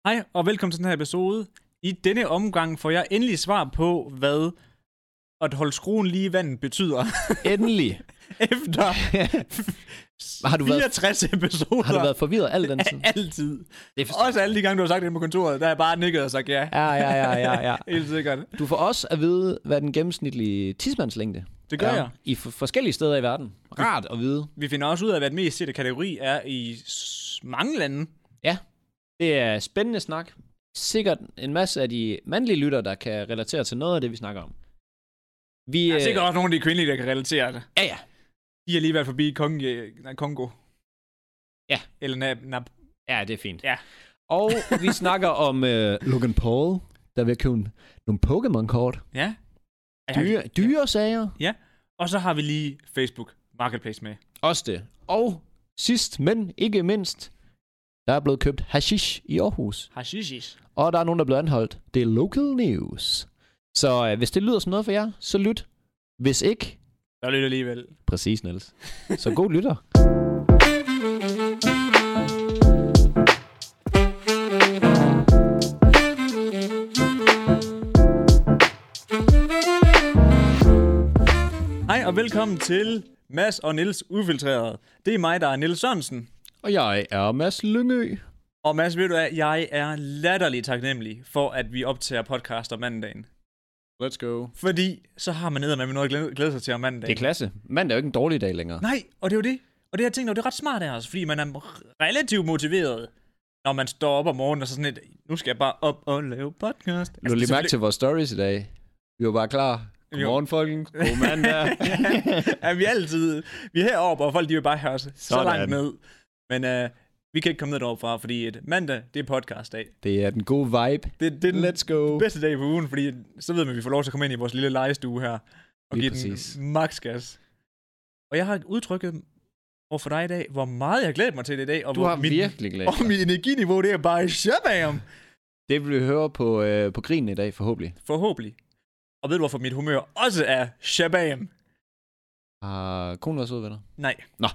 Hej og velkommen til den her episode. I denne omgang får jeg endelig svar på, hvad at holde skruen lige i vandet betyder. Endelig. Efter Har du 64 episoder. Har du været forvirret al den tid? Altid. Det Også alle de gange, du har sagt det på kontoret, der er jeg bare nikket og sagt ja. Ja. Helt sikkert. Du får også at vide, hvad den gennemsnitlige tidsmandslængde Det gør jeg. I forskellige steder i verden. Rart at vide. Vi finder også ud af, hvad den mest sette kategori er i mange lande. Ja, det er spændende snak. Sikkert en masse af de mandlige lytter, der kan relatere til noget af det, vi snakker om. Der er sikkert også nogle af de kvindelige, der kan relatere det. Ja. De har lige været forbi Kongo. Ja. Eller Ja, det er fint. Ja. Og vi snakker om Logan Paul, der vil købe nogle Pokémon-kort. Ja. Dyre sager. Ja. Og så har vi lige Facebook Marketplace med. Også det. Og sidst, men ikke mindst, der er blevet købt hashish i Aarhus. Hashish. Og der er nogen, der er blevet anholdt. Det er local news. Så hvis det lyder som noget for jer, så lyt. Hvis ikke... Der lytter alligevel. Præcis, Niels. Så god lytter. Hej og velkommen til Mads og Niels Ufiltreret. Det er mig, der er Niels Sørensen. Og jeg er Mads Lyngø. Og Mads, ved du hvad, jeg er latterligt taknemmelig for, at vi optager podcast om mandagen. Let's go. Fordi så har man ned med noget at glæde sig til om mandagen. Det er klasse. Mandag er jo ikke en dårlig dag længere. Nej, og det er jo det. Og det her ting, det er ret smart af os, fordi man er relativt motiveret, når man står op om morgenen og så sådan et, nu skal jeg bare op og lave podcast. Du lige mærke til vores stories i dag. Vi var bare klar. Godmorgen, folkens. God mandag. Ja, vi er heroppe, og folk de vil bare høre os så langt ned. Men vi kan ikke komme ned deroppe fra, fordi mandag, det er podcastdag. Det er den gode vibe. Det er den Let's go. bedste dag på ugen, fordi så ved man, at vi får lov til at komme ind i vores lille legestue her, og Lige give præcis. den max gas. Og jeg har udtrykket over for dig i dag, hvor meget jeg har glædet mig til det i dag. Og Du har virkelig glædet og mit energiniveau, det er bare shabam. Det vil vi høre på grinen i dag, forhåbentlig. Forhåbentlig. Og ved du, hvorfor mit humør også er shabam? Har konen været sød ved dig? Nej. Nå.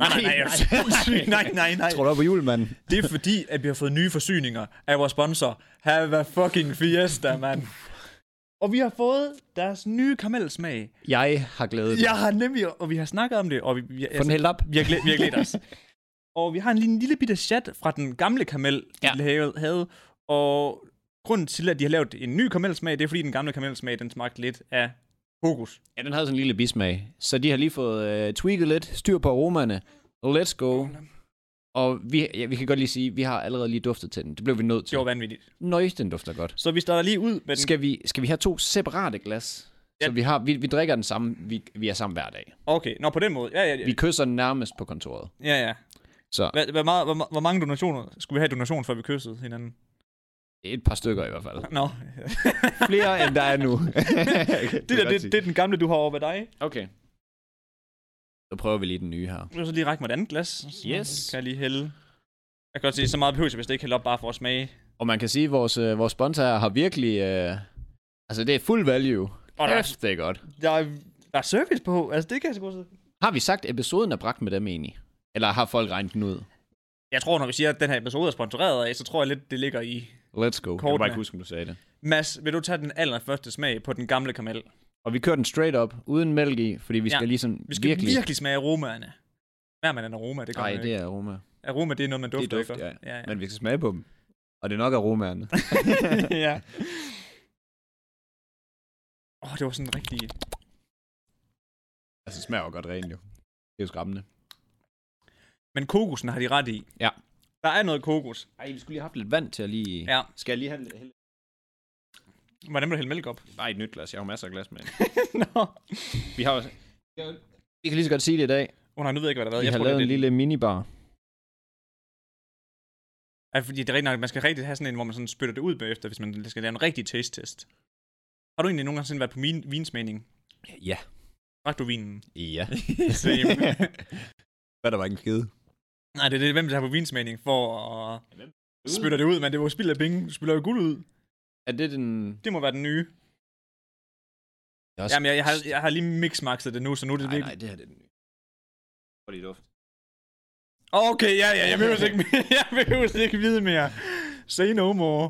Nej. Tror du op på julemanden? Det er fordi, at vi har fået nye forsyninger af vores sponsor. Have a fucking fiesta, mand. Og vi har fået deres nye karamelsmag. Jeg har glædet mig. Jeg har nemlig, og vi har snakket om det, og vi Få den helt op. vi har glædet os. Og vi har en lille bitte chat fra den gamle karamel, de havde. Og grunden til, at de har lavet en ny karamelsmag, det er fordi den gamle karamelsmag, den smagte lidt af fokus. Ja, den havde sådan en lille bismag. Så de har lige fået tweaked lidt, styr på aromaerne. Let's go. Og vi kan godt lige sige, vi har allerede lige duftet til den. Det blev vi nødt til. Det var vanvittigt. Nøj, den dufter godt. Så vi starter lige ud med den. Skal vi have 2 separate glas? Ja. Så vi drikker den samme, vi er sammen hver dag. Okay, på den måde. Ja. Vi kysser nærmest på kontoret. Ja. Så Hvor mange donationer skulle vi have donation, før vi kyssede hinanden? et par stykker i hvert fald. Nå. Flere end der er nu. det er den gamle, du har over ved dig. Okay. Så prøver vi lige den nye her. Jeg vil så lige række mig et andet glas. Så Yes. kan jeg lige hælde. Jeg kan godt sige, så meget behøver jeg, hvis det ikke hælder op bare for at smage. Og man kan sige, at vores sponsor her har virkelig... altså, det er full value. Og Det er godt. Der er service på. Altså, det kan jeg så godt sige. Har vi sagt, at episoden er bragt med dem egentlig? Eller har folk regnet den ud? Jeg tror, når vi siger, at den her episode er sponsoreret af, så tror jeg lidt, det ligger i Let's go. kortene. Jeg kan bare ikke huske, om du sagde det. Mads, vil du tage den allerførste smag på den gamle karamel? Og vi kører den straight up, uden mælk i, fordi vi skal ligesom vi skal virkelig smage aromaerne. Hvad man en aroma, det gør Nej, det er aroma. Aroma, det er noget, man dufter. Det er duft, ja. Men vi skal smage på dem. Og det er nok aromaerne. Ja. Det var sådan rigtig... Altså, det smager jo godt rent jo. Det er jo skræmmende. Men kokosen har de ret i. Ja. Der er noget kokos. Ej, vi skulle lige have haft lidt vand til at lige... Ja. Skal jeg lige have lidt... Hvordan vil du hælde mælk op? Bare et nyt glas. Jeg har masser af glas med. Nå. Vi har også... Vi kan lige så godt sige det i dag. Nej, nu ved jeg ikke, hvad der er. Vi har lavet en lille minibar. Fordi det er rigtig nok, man skal rigtig have sådan en, hvor man sådan spytter det ud bagefter, hvis man skal lave en rigtig taste-test. Har du egentlig nogensinde været på vinsmagning? Ja. Drak du vinen? Ja. Hvad der var ikke en skide? Nej, det er det, hvem der har på vinsmagning for at spytter det ud, men det var spild af penge. Du spiller jo guld ud. Er det den... Det må være den nye. Jamen, jeg har lige mixmaxet det nu, så nu er det virkelig... Nej, det her det er den nye. Hvor er det duft. Okay, ja, jeg behøver ikke vide mere. Say no more.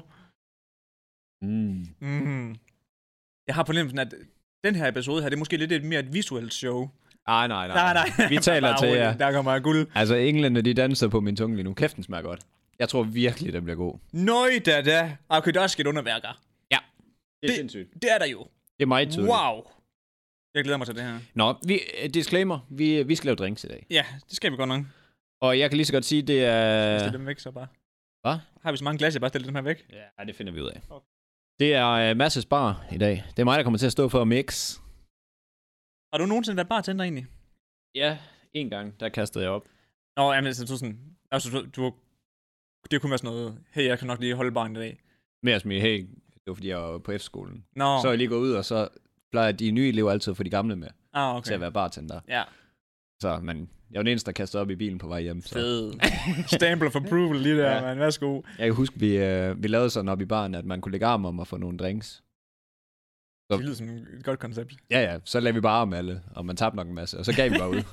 Mm. Jeg har på fornemmelsen, at den her episode her, det er måske lidt mere et visuelt show. Nej. Vi taler til jer. Der kommer guld. Altså, englænder, de danser på min tunge lige nu. Kæften smager godt. Jeg tror virkelig, den bliver god. Nøj da. Okay, der er sket underværker. Ja. Det er sindssygt. Det er der jo. Det er meget tydeligt. Wow. Jeg glæder mig til det her. Nå, disclaimer. Vi skal lave drinks i dag. Ja, det skal vi godt nok. Og jeg kan lige så godt sige, det er... Stil dem væk så bare. Hvad? Har vi så mange glas, jeg bare stiller dem her væk? Ja, det finder vi ud af. Okay. Det er Masses bar i dag. Det er mig, der kommer til at stå for at mix. Har du nogensinde været bartender egentlig? Ja, en gang, der kastede jeg op. Nå, jamen, altså, det kunne være sådan noget, hey, jeg kan nok lige holde baren i dag. Mere som hey, det var fordi, jeg var på F-skolen. Nå. Så er jeg lige gået ud, og så plejer de nye elever altid at få de gamle med. Okay. Til at være bartender. Ja. Så, men jeg var den eneste, der kastede op i bilen på vej hjem. Så. Fed. Stample of approval lige der, man. Værsgo. Jeg kan huske, vi lavede sådan op i baren, at man kunne lægge arm om at få nogle drinks. Så. Det lyder som et godt koncept. Ja, så lavede vi bare arm alle, og man tabte nok en masse, og så gav vi bare ud.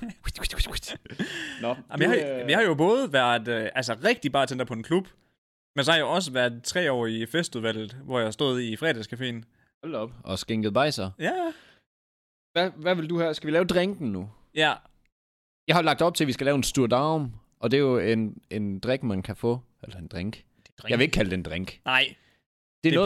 Nå, jeg har jo både været rigtig bartender på en klub, men så har jeg også været 3 år i festudvalget, hvor jeg stod i fredagscaféen. Hold op. Og skænket bajser. Ja. Hvad vil du have? Skal vi lave drinken nu? Ja. Jeg har lagt op til, at vi skal lave en Sturdaum, og det er jo en drik, man kan få. Eller en drink. Jeg vil ikke kalde det en drink. Nej. Det er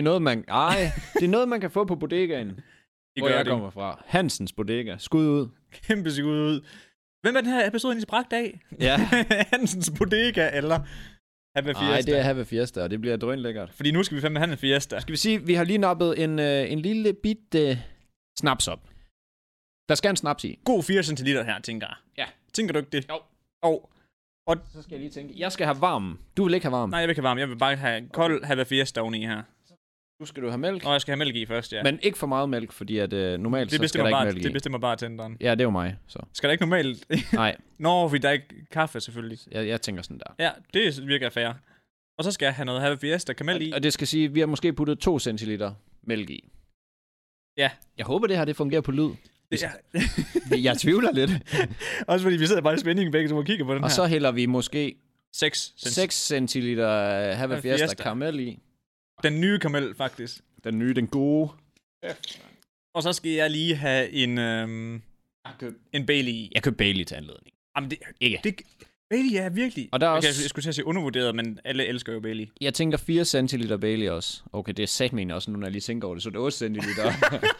noget, man kan få på bodegaen, hvor jeg kommer fra. Hansens Bodega. Skud ud. Kæmpe skud ud. Hvem er den her episode egentlig bragt af? Ja. Hansens Bodega, eller Have Fiesta? Nej, det er Have Fiesta, og det bliver drønlækkert. Fordi nu skal vi fandme have en Fiesta. Skal vi sige, vi har lige nappet en lille bitte snaps op. Der skal en snaps i. God 4 centiliter her, tænker jeg. Ja. Tænker du ikke det? Jo. Og så skal jeg lige tænke, jeg skal have varm. Du vil ikke have varm. Nej, jeg vil ikke have varm. Jeg vil bare have kold Have Fiesta oveni her. Nu skal du have mælk. Og jeg skal have mælk i først, ja. Men ikke for meget mælk, fordi at normalt så skal der ikke mælk i. Det bestemmer bare tænderen. Ja, det er jo mig, så. Skal der ikke normalt? Nej. Nå, fordi der er ikke kaffe, selvfølgelig. Jeg tænker sådan der. Ja, det virker fair. Og så skal jeg have noget Have Fiesta karamel i. Og det skal sige, at vi har måske puttet 2 centiliter mælk i. Ja. Jeg håber, det her det fungerer på lyd. Ja. Jeg tvivler lidt. Også fordi vi sidder bare i spænding begge, så må kigge på den og her. Og så hælder vi måske 6 centiliter Have Fiesta karamel i. Den nye karamel, faktisk. Den nye, den gode. Og så skal jeg lige have en Bailey i. Jeg køber Bailey til anledning. Jamen Bailey er virkelig... Og der er også... Jeg skulle til at sige undervurderet, men alle elsker jo Bailey. Jeg tænker 4 centiliter Bailey også. Okay, det er satme også, nu når jeg lige tænker over det, så det er 8 centiliter.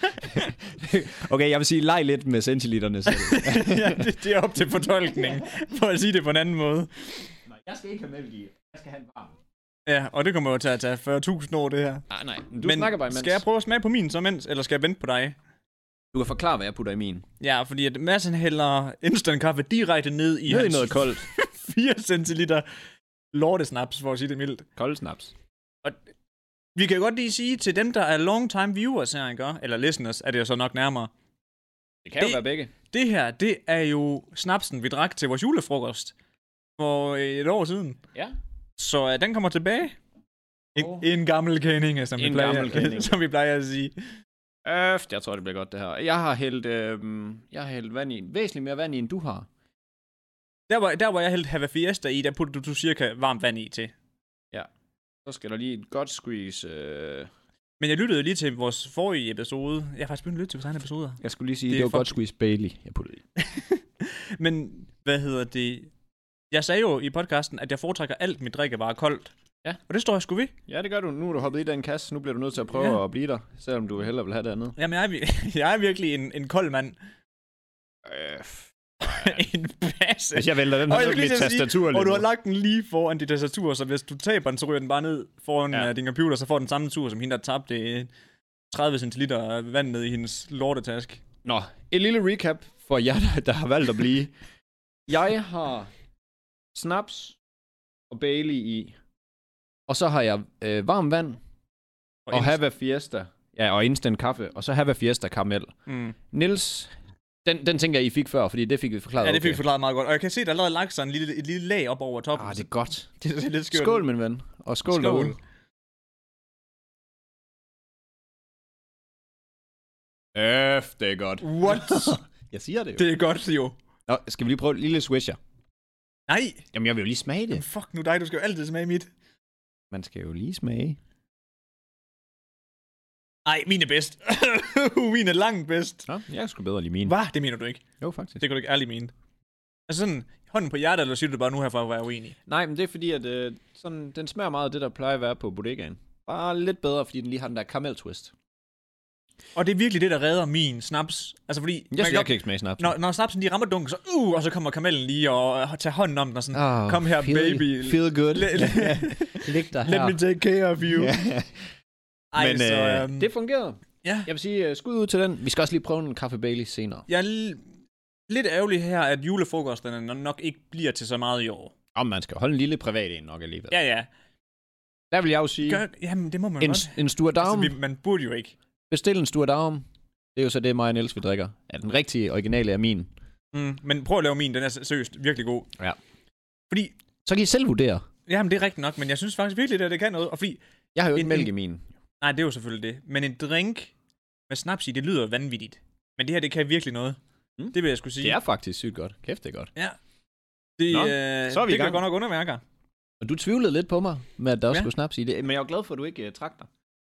Okay, jeg vil sige, leg lidt med centiliterne selv. Ja, det er op til fortolkning, for at sige det på en anden måde. Nej, jeg skal ikke have mælk i. Jeg skal have en varm. Ja, og det kommer jo til at tage 40.000 år, det her. Nej, men snakker bare imens. Skal jeg prøve at smage på min så mens, eller skal jeg vente på dig? Du kan forklare, hvad jeg putter i min. Ja, fordi at Madsen hælder instant kaffe direkte ned i noget koldt. 4 centiliter lortesnaps, for at sige det mildt. Kold snaps. Og vi kan godt lige sige til dem, der er long time viewers her, ikke? Eller listeners, er det jo så nok nærmere. Det kan jo være begge. Det her, det er jo snapsen, vi drak til vores julefrokost for et år siden. Ja. Så den kommer tilbage. En gammel kending, som vi plejer at sige. Jeg tror, det bliver godt, det her. Jeg har hældt vand i. Væsentligt mere vand i, end du har. Der hvor jeg hældte Have Fiesta i, der putter du cirka varmt vand i til. Ja. Så skal der lige et godt squeeze. Men jeg lyttede lige til vores forrige episode. Jeg har faktisk begyndt at lytte til vores egne episoder. Jeg skulle lige sige, det var godt squeeze Bailey, jeg puttede i. Men, jeg sagde jo i podcasten, at jeg foretrækker alt mit drikkevarer koldt. Ja. Og det står jeg sgu ved. Ja, det gør du. Nu er du hoppet i den kasse. Nu bliver du nødt til at prøve at blive der, selvom du hellere vil have det andet. Jamen, jeg er virkelig en kold mand. En basse. Hvis jeg vælter den her lidt tastatur. Og du har lagt den lige foran dit tastatur, så hvis du taber den, så ryger den bare ned foran din computer, så får den samme tur, som hende, der tabte 30 centiliter vand ned i hendes lortetask. Nå, et lille recap for jer, der har valgt at blive. Jeg har snaps og Bailey i. Og så har jeg varm vand og Have Fiesta. Ja, og instant kaffe. Og så Have Fiesta karamel. Niels, den tænker jeg, I fik før, fordi det fik vi forklaret. Ja, det fik vi forklaret meget godt. Og jeg kan se, der er allerede lagt sådan et lille lag op over toppen. Det er godt. Det er lidt skørt. Skål, min ven. Og skål derude. Det er godt. What? Jeg siger det jo. Det er godt, jo. Nå, skal vi lige prøve et lille swisher? Nej. Jamen, jeg vil jo lige smage det. Jamen, fuck nu dig, du skal jo altid smage mit. Man skal jo lige smage. Ej, min er bedst. Min er langt bedst. Ja, jeg skulle bedre lige min. Hvad? Det mener du ikke? Jo, faktisk. Det kan du ikke ærligt mene. Altså sådan, hånden på hjertet, eller siger du det bare nu her for at være uenig? Nej, men det er fordi, at sådan, den smager meget af det, der plejer at være på bodegaen. Bare lidt bedre, fordi den lige har den der caramel twist. Og det er virkelig det, der redder min snaps. Altså fordi... Jeg kan ikke smage snaps. Når snapsen lige rammer dunken, så og så kommer karamellen lige og tager hånden om den og sådan, kom her, baby. Feel good. Lig dig her. Let me take care of you. Ej, men så, det fungerede. Ja. Jeg vil sige, skud ud til den. Vi skal også lige prøve en kaffe Bailey senere. Jeg er lidt ærgerlig her, at julefrokosterne nok ikke bliver til så meget i år. Om man skal holde en lille privat en nok alligevel. Ja. Der vil jeg jo sige... Jamen, det må man godt. En Stuardaum. Altså, man burde jo ikke. Bestil en Stuardaum. Det er jo så det, mig og Niels, vi drikker. Ja, den rigtige originale er min. Men prøv at lave min. Den er seriøst virkelig god. Ja. Fordi... Så kan I selv vurdere. Jamen, det er rigtigt nok, men jeg synes faktisk virkelig, at det kan noget. Og fordi... Jeg har jo ikke mælk i min. Nej, det er jo selvfølgelig det. Men en drink med snaps i, det lyder vanvittigt. Men det her, det kan virkelig noget. Det vil jeg skulle sige. Det er faktisk sygt godt. Kæft, det er godt. Ja. Så er vi det kan godt nok underværker. Og du tvivlede lidt på mig, med at der også skulle snaps i det. Men jeg er glad for, at du ikke trak dig.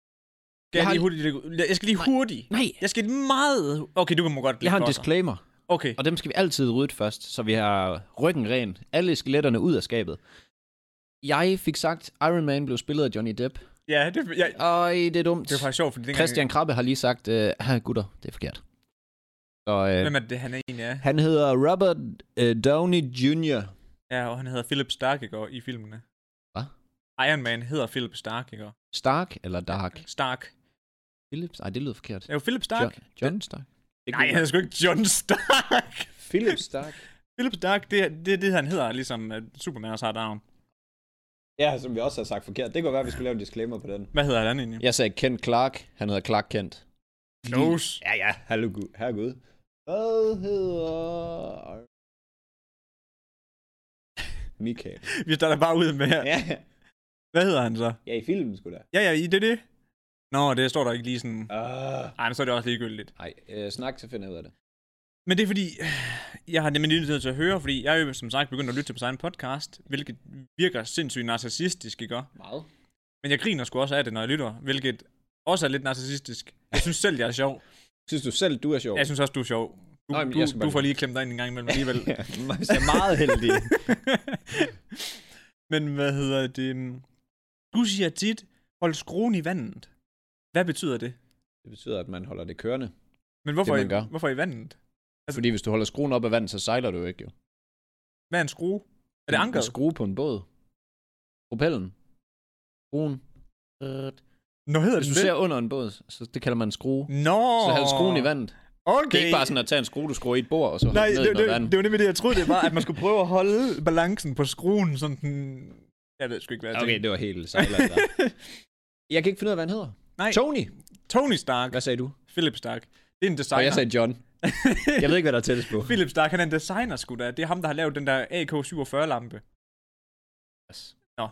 Jeg skal lige hurtigt. Nej. Jeg skal meget... Okay, du må godt... Jeg har en disclaimer. Okay. Og dem skal vi altid rydde først, så vi har ryggen ren. Alle skeletterne ud af skabet. Jeg fik sagt, Iron Man blev spillet af Johnny Depp. Ja, det er dumt. Det er faktisk sjovt, fordi Christian Krabbe har lige sagt, gutter, det er forkert. Så, hvem er det, han er egentlig er? Han hedder Robert Downey Jr. Ja, og han hedder Philip Stark, ikke, i filmene. Hvad? Iron Man hedder Philip Stark, ikke? Stark eller Dark? Stark. Philip? Nej, det lyder forkert. Det er jo Philip Stark. John Stark? Nej, han er sgu ikke John Stark. Philip Stark. Philip Stark, det er det, han hedder, ligesom Superman også har navn. Ja, som vi også har sagt forkert. Det kunne være, at vi skulle lave en disclaimer på den. Hvad hedder han egentlig? Jeg sagde Kent Clark. Han hedder Clark Kent. Close. Ja. Herregud. Hvad hedder... Michael. Vi starter bare ud med her. Ja. Hvad hedder han så? Ja, i filmen sgu da. Ja, det er det. Nå, det står der ikke lige sådan... Ej, men så er det også ligegyldigt. Nej, snak, så finder jeg ud af det. Men det er fordi, jeg har nemlig nødt til at høre, fordi jeg er jo som sagt begyndt at lytte til på sin podcast, hvilket virker sindssygt narcissistisk, ikke? Meget. Men jeg griner sgu også af det, når jeg lytter, hvilket også er lidt narcissistisk. Jeg synes selv, jeg er sjov. Synes du selv, du er sjov? Jeg synes også, du er sjov. Du får lige klemt dig ind en gang imellem alligevel. Ja, jeg er meget heldig. Men hvad hedder det? Du siger tit, hold skruen i vandet. Hvad betyder det? Det betyder, at man holder det kørende. Men hvorfor i vandet? Altså, fordi hvis du holder skruen op af vandet, så sejler du jo ikke, jo. Hvad er en skrue? Er det ankeret? En skrue på en båd. Propellen. Skruen. Nå, hedder hvis du ser under en båd, så det kalder man en skrue. Nå! Så hold skruen i vandet. Okay. Det er ikke bare sådan at tage en skrue, du skruer i et bord, og så holde ned i noget vand. Det var nemlig det, jeg troede, det var, at man skulle prøve at holde balancen på skruen, sådan den... Jeg ved sgu ikke, hvad jeg tænkte. Okay, det var helt sejler der. Jeg kan ikke finde ud af, hvad han hedder. Nej. Tony Stark. Hvad sagde du? Philip Stark. Det er en designer. Og jeg sagde John. Jeg ved ikke, hvad der er tættest på. Philip Stark, han er en designer, sgu da. Det er ham, der har lavet den der AK-47-lampe. Yes. Nå.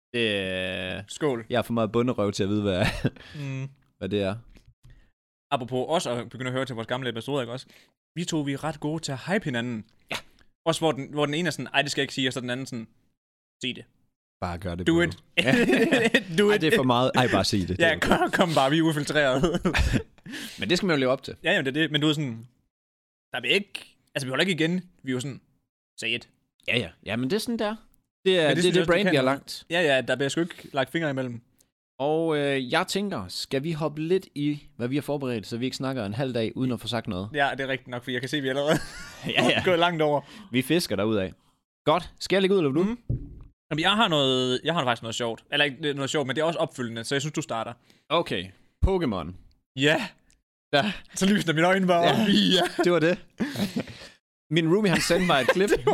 Skål. Jeg har for meget bunderøv til at vide, hvad det er. Apropos også at begynde at høre til vores gamle episoder, ikke også? Vi er ret gode til at hype hinanden. Ja. Også hvor den ene er sådan, ej, det skal jeg ikke sige, og så den anden sådan, sig det. Bare gør det. Do it. Do it. Ej, det er for meget. Ej, bare sig det. Ja, kom bare, vi er ufiltreret. Men det skal man jo leve op til. Ja, det er det. Men du er sådan, der vil ikke, altså vi holder ikke igen. Vi er jo sådan, say it. Ja. Ja, men det er sådan der. Det er det brain, vi har lagt. Ja, der bliver sgu ikke lagt fingre imellem. Og jeg tænker, skal vi hoppe lidt i, hvad vi har forberedt, så vi ikke snakker en halv dag, uden at få sagt noget? Ja, det er rigtigt nok, for jeg kan se, at vi allerede er gået langt over. Vi fisker derudad. Godt. Skal jeg lægge ud, eller du? Jamen, jeg har faktisk noget sjovt. Eller ikke noget sjovt, men det er også opfølgende, så jeg synes, du starter. Okay. Pokémon. Ja. Så lysner mine øjne bare. Ja. Det var det. Min roomie, han sendte mig et klip. Det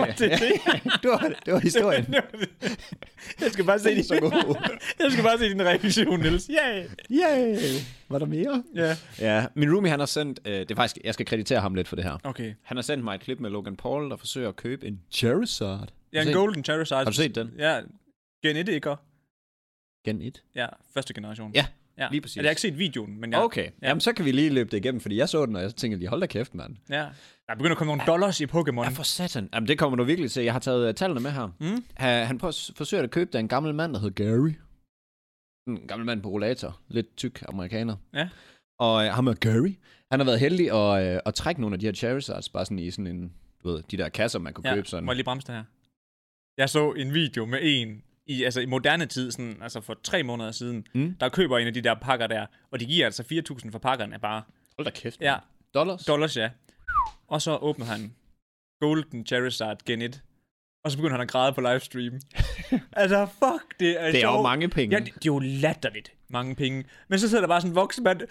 var historien. Jeg skal bare se din, så god. Jeg skal bare se din reaktion, Niels. Yay. Var der mere? Ja. Ja. Min roomie, han har sendt... det er faktisk... Jeg skal kreditere ham lidt for det her. Okay. Han har sendt mig et klip med Logan Paul, der forsøger at købe en Charizard. Ja, en Golden Charizard. Har du set den? Ja. Gen 1, ikke? Gen 1? Ja, første generation. Ja. Lige præcis. Jeg har ikke set videoen, men Okay, jamen så kan vi lige løbe det igennem, fordi jeg så den, og jeg tænkte lige, hold da kæft, mand. Ja, der begynder at komme nogle dollars i Pokémon. Ja, for satan. Jamen det kommer du virkelig til. Jeg har taget tallene med her. Han forsøger at købe der en gammel mand, der hedder Gary. En gammel mand på rollator. Lidt tyk amerikaner. Ja. Og ham er Gary. Han har været heldig at trække nogle af de her Charizards, bare sådan i sådan en, du ved, de der kasser, man kunne købe sådan. Må jeg lige bremse det her? Jeg så en video med en, i moderne tid, sådan, altså for 3 måneder siden, der køber en af de der pakker der, og de giver altså 4.000 for pakkerne bare. Hold da kæft. Ja. Dollars, ja. Og så åbner han Golden Charizard Gen 1, og så begynder han at græde på livestream. Altså, fuck, det er jo mange penge. Ja, det er jo latterligt mange penge. Men så sidder der bare sådan en voksen mand.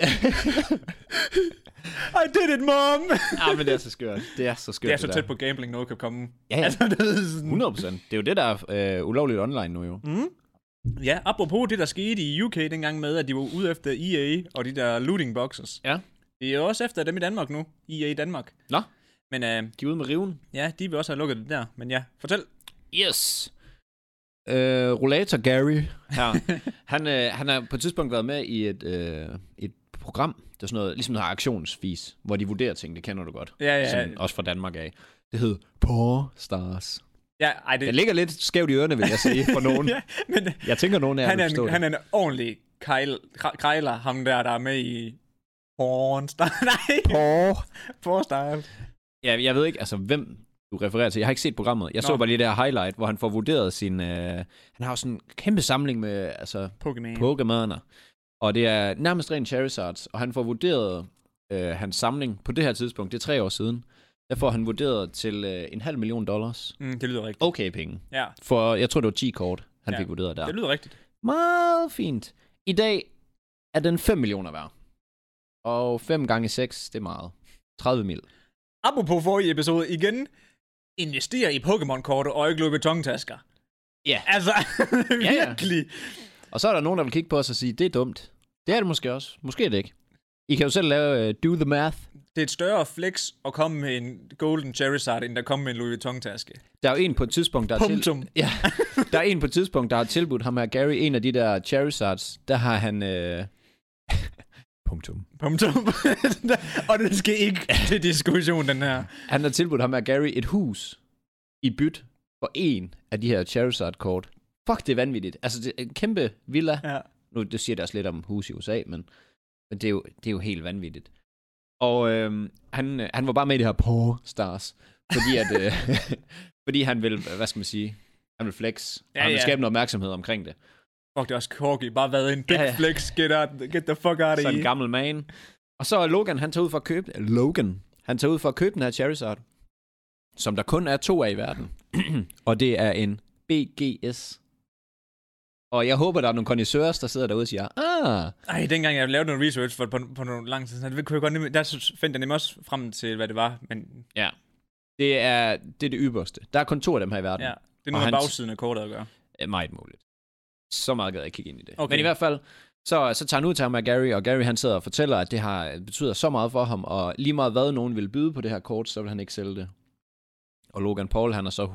I did it, mom! Ja, men det er så skørt. Det er så Det er så tæt på gambling, noget kan komme. Ja. Altså, det er sådan... 100%. Det er jo det, der er ulovligt online nu jo. Ja, apropos det, der skete i UK dengang med, at de var ude efter EA og de der looting boxes. Ja. Det er jo også efter dem i Danmark nu. EA i Danmark. Nå. Men de er ude med riven. Ja, de vil også have lukket det der. Men ja, fortæl. Yes. Rollator Gary her. Han har på et tidspunkt været med i et program, der er sådan noget, ligesom noget aktionsfis, hvor de vurderer ting, det kender du godt. Ja. Sådan, også fra Danmark af. Det hedder Paw Stars. Ja, det ligger lidt skævt i ørerne, vil jeg sige, for nogen. Ja, men jeg tænker, nogen af jer vil forstå det. Han er en ordentlig krejler, ham der er med i Paw Stars. Nej. Paw Stars. Ja, jeg ved ikke, altså hvem du refererer til. Jeg har ikke set programmet. Jeg så bare lige det her highlight, hvor han får vurderet sin... han har jo sådan en kæmpe samling med altså Pokémoner. Og det er nærmest ren Charizards. Og han får vurderet hans samling på det her tidspunkt. Det er 3 år siden. Der får han vurderet til $500,000. Det lyder rigtigt. Okay penge. Ja. For jeg tror, det var 10 kort, han fik vurderet der. Det lyder rigtigt. Meget fint. I dag er den 5 millioner værd. Og 5 gange 6, det er meget. 30 mil. Apropos forrige episode igen. Investere i Pokémon-kort og ikke lukke tongtasker. Ja. Altså, virkelig. Og så er der nogen, der vil kigge på os og sige, det er dumt. Det er det måske også. Måske er det ikke. I kan jo selv lave do the math. Det er et større flex at komme med en Golden Charizard, end at komme med en Louis Vuitton-taske. Der er jo en på et tidspunkt, der der er en på et tidspunkt, der har tilbudt ham her, Gary, en af de der Charizards. Der har han... Punktum. Og det skal ikke til diskussion, den her. Han har tilbudt ham her, Gary, et hus i byt for en af de her Charizard-kort. Fuck, det er vanvittigt. Altså, det er en kæmpe villa. Ja. Nu, det siger der også lidt om hus i USA, men det er jo helt vanvittigt. Og han var bare med i det her Paw Stars, fordi at fordi han vil, hvad skal man sige, han vil flex. Ja, han vil skabe noget opmærksomhed omkring det. Fuck, det er også corky. Bare været en big flex. Get the fuck out of here. Sådan en gammel man. Og så er Logan, han tager ud for at købe den her Charizard, som der kun er 2 af i verden. Og det er en BGS. Og jeg håber, der er nogle connoisseurs, der sidder derude og siger, Ej, dengang jeg lavede noget research for på nogle lang tid, der fandt jeg nemlig også frem til, hvad det var. Men... Ja, det er det ypperste. Der er kun 2 af dem her i verden. Ja, det er noget med bagsiden af kortet at gøre. Meget muligt. Så meget gad jeg ikke kigge ind i det. Okay. Men i hvert fald, så tager han ud til ham med Gary, og Gary han sidder og fortæller, at det betyder så meget for ham, og lige meget hvad nogen vil byde på det her kort, så vil han ikke sælge det. Og Logan Paul, han har så